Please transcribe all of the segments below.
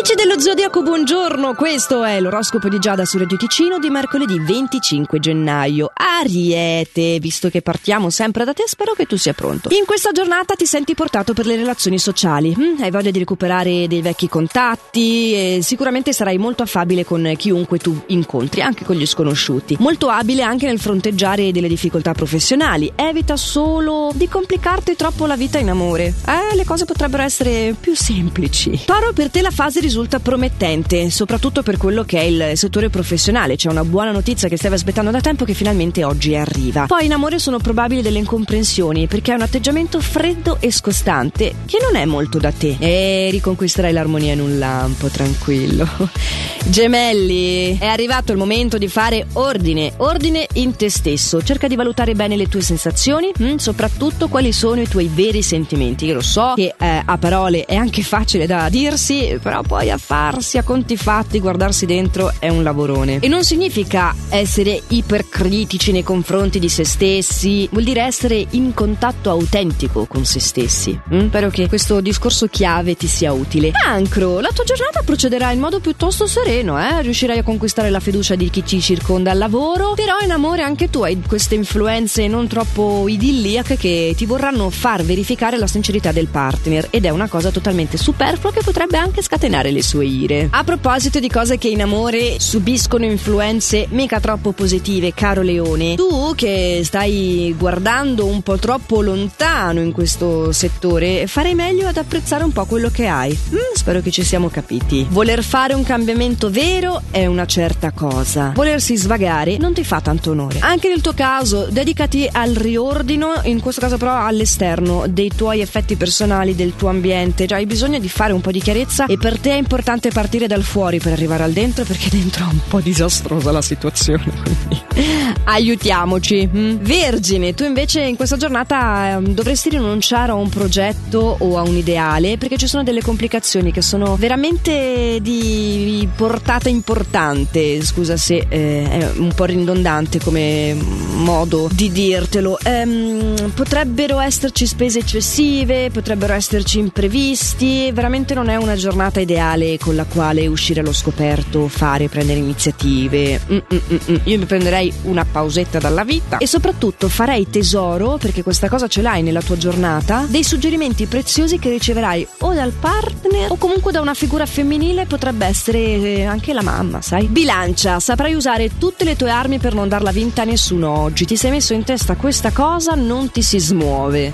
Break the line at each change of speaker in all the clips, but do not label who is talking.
Amici dello Zodiaco, buongiorno, questo è l'oroscopo di Giada su Radio Ticino di mercoledì 25 gennaio. Ariete, visto che partiamo sempre da te, spero che tu sia pronto. In questa giornata ti senti portato per le relazioni sociali, hai voglia di recuperare dei vecchi contatti e sicuramente sarai molto affabile con chiunque tu incontri, anche con gli sconosciuti. Molto abile anche nel fronteggiare delle difficoltà professionali, evita solo di complicarti troppo la vita in amore. Le cose potrebbero essere più semplici. Toro, per te la fase risulta promettente, soprattutto per quello che è il settore professionale. C'è una buona notizia che stavi aspettando da tempo che finalmente oggi arriva. Poi in amore sono probabili delle incomprensioni perché hai un atteggiamento freddo e scostante che non è molto da te e riconquisterai l'armonia in un lampo, tranquillo. Gemelli, è arrivato il momento di fare ordine in te stesso. Cerca di valutare bene le tue sensazioni, soprattutto quali sono i tuoi veri sentimenti. Io lo so che a parole è anche facile da dirsi, però poi a farsi, a conti fatti, guardarsi dentro è un lavorone. E non significa essere ipercritici nei confronti di se stessi, vuol dire essere in contatto autentico con se stessi. Spero che questo discorso chiave ti sia utile. Cancro, la tua giornata procederà in modo piuttosto sereno, riuscirai a conquistare la fiducia di chi ti circonda al lavoro, però in amore anche tu hai queste influenze non troppo idilliache che ti vorranno far verificare la sincerità del partner, ed è una cosa totalmente superflua che potrebbe anche scatenare le sue ire. A proposito di cose che in amore subiscono influenze mica troppo positive, caro Leone, tu che stai guardando un po' troppo lontano in questo settore, farei meglio ad apprezzare un po' quello che hai. Spero che ci siamo capiti. Voler fare un cambiamento vero è una certa cosa, volersi svagare non ti fa tanto onore. Anche nel tuo caso dedicati al riordino, in questo caso però all'esterno, dei tuoi effetti personali, del tuo ambiente. Già hai bisogno di fare un po' di chiarezza e per te è importante partire dal fuori per arrivare al dentro, perché dentro è un po' disastrosa la situazione, quindi aiutiamoci. Vergine, tu invece in questa giornata dovresti rinunciare a un progetto o a un ideale, perché ci sono delle complicazioni che sono veramente di portata importante. Scusa se è un po' ridondante come modo di dirtelo. Potrebbero esserci spese eccessive, potrebbero esserci imprevisti. Veramente non è una giornata ideale con la quale uscire allo scoperto, prendere iniziative. Io mi prenderei una pausetta dalla vita e soprattutto farei tesoro, perché questa cosa ce l'hai nella tua giornata, dei suggerimenti preziosi che riceverai o dal partner o comunque da una figura femminile, potrebbe essere anche la mamma, sai? Bilancia, saprai usare tutte le tue armi per non darla vinta a nessuno oggi. Ti sei messo in testa questa cosa, non ti si smuove.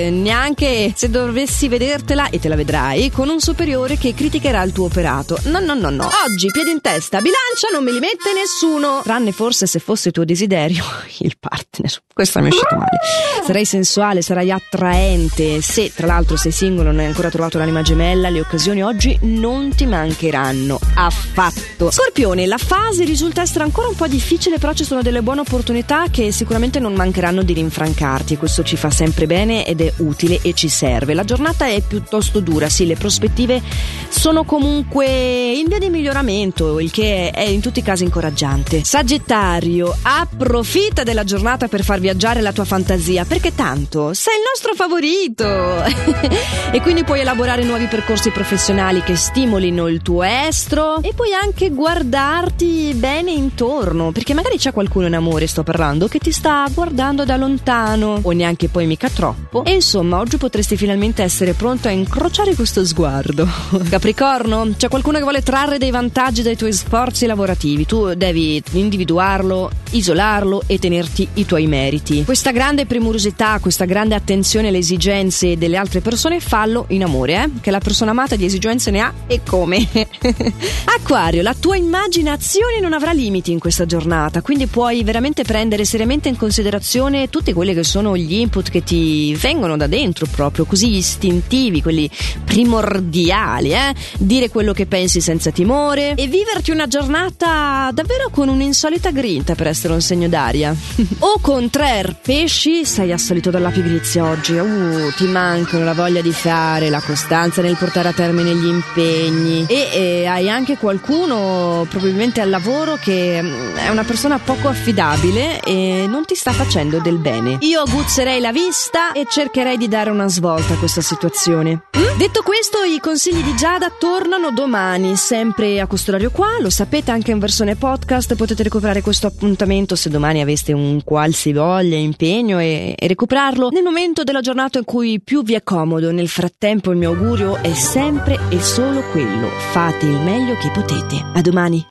Neanche se dovessi vedertela, e te la vedrai, con un superiore che criticherà il tuo operato. No. Oggi piedi in testa, Bilancia, non me li mette nessuno, tranne forse se fosse tuo desiderio il partner. Questa mi è uscita male. Sarai sensuale, sarai attraente. Se tra l'altro sei single, non hai ancora trovato l'anima gemella, le occasioni oggi non ti mancheranno affatto. Scorpione, la fase risulta essere ancora un po' difficile, però ci sono delle buone opportunità che sicuramente non mancheranno di rinfrancarti, e questo ci fa sempre bene ed è utile e ci serve. La giornata è piuttosto dura, sì, le prospettive sono comunque in via di miglioramento, il che è in tutti i casi incoraggiante. Sagittario, approfitta della giornata per far viaggiare la tua fantasia, perché tanto sei il nostro favorito e quindi puoi elaborare nuovi percorsi professionali che stimolino il tuo estro, e puoi anche guardarti bene intorno, perché magari c'è qualcuno in amore, sto parlando, che ti sta guardando da lontano o neanche poi mica troppo, e insomma oggi potresti finalmente essere pronto a incrociare questo sguardo. Capricorno, c'è qualcuno che vuole trarre dei vantaggi dai tuoi sforzi lavorativi, tu devi individuarlo, isolarlo e tenerti i tuoi meriti. Questa grande premurosità, questa grande attenzione alle esigenze delle altre persone, fallo in amore, che la persona amata di esigenze ne ha e come. Acquario, la tua immaginazione non avrà limiti in questa giornata, quindi puoi veramente prendere seriamente in considerazione tutti quelli che sono gli input che ti vengono da dentro, proprio così istintivi, quelli primordiali, dire quello che pensi senza timore e viverti una giornata davvero con un'insolita grinta per essere un segno d'aria. O contrario, pesci, sei assalito dalla pigrizia oggi, ti mancano la voglia di fare, la costanza nel portare a termine gli impegni, e hai anche qualcuno probabilmente al lavoro che è una persona poco affidabile e non ti sta facendo del bene. Io aguzzerei la vista e cercherei di dare una svolta a questa situazione. Detto questo, i consigli di Giada tornano tornano domani, sempre a questo orario qua, lo sapete, anche in versione podcast potete recuperare questo appuntamento se domani aveste un qualsivoglia impegno e recuperarlo nel momento della giornata in cui più vi è comodo. Nel frattempo il mio augurio è sempre e solo quello: fate il meglio che potete. A domani.